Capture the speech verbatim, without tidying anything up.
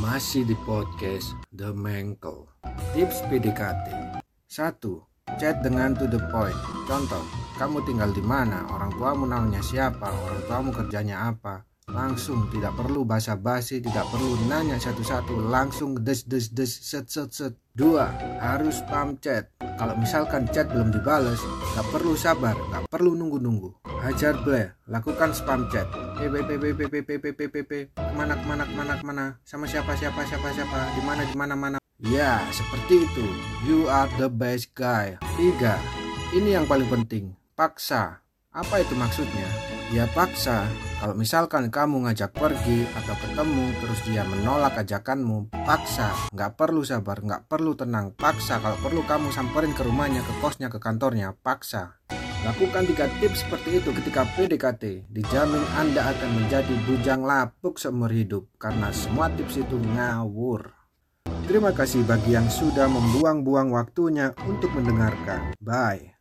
Masih di podcast The Mengkel. Tips P D K T. Satu. Chat dengan to the point. Contoh, kamu tinggal di mana, orang tuamu namanya siapa, orang tuamu kerjanya apa. Langsung, tidak perlu basa-basi, tidak perlu nanya satu-satu, langsung des des des set set set. Dua. Harus spam chat. Kalau misalkan chat belum dibales, gak perlu sabar, gak perlu nunggu-nunggu. Hajar bleh, lakukan spam chat. Pppppppppppp, kemana kemana kemana kemana, sama siapa siapa siapa siapa, di mana di mana mana. Ya, seperti itu. You are the best guy. Tiga. Ini yang paling penting. Paksa. Apa itu maksudnya? Ya paksa. Kalau misalkan kamu ngajak pergi atau ketemu terus dia menolak ajakanmu, paksa. Nggak perlu sabar, nggak perlu tenang. Paksa. Kalau perlu kamu samperin ke rumahnya, ke kosnya, ke kantornya. Paksa. Lakukan tiga tips seperti itu ketika P D K T. Dijamin Anda akan menjadi bujang lapuk seumur hidup, karena semua tips itu ngawur. Terima kasih bagi yang sudah membuang-buang waktunya untuk mendengarkan. Bye.